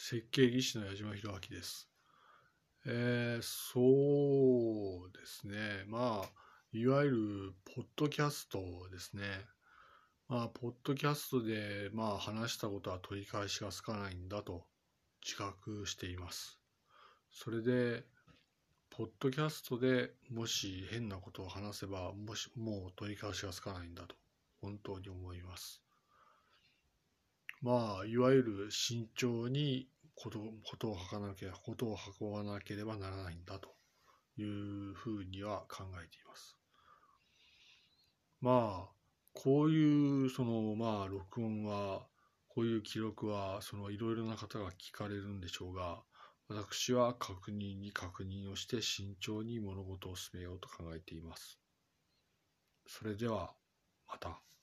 設計技師の矢島弘明です。そうですね。いわゆるポッドキャストですね。ポッドキャストで、話したことは取り返しがつかないんだと自覚しています。それで、ポッドキャストでもし変なことを話せば、もう取り返しがつかないんだと、本当に思います。いわゆる慎重にことを運ばなければならないんだというふうには考えています。こういう録音は、こういう記録は、いろいろな方が聞かれるんでしょうが、私は確認をして慎重に物事を進めようと考えています。それでは、また。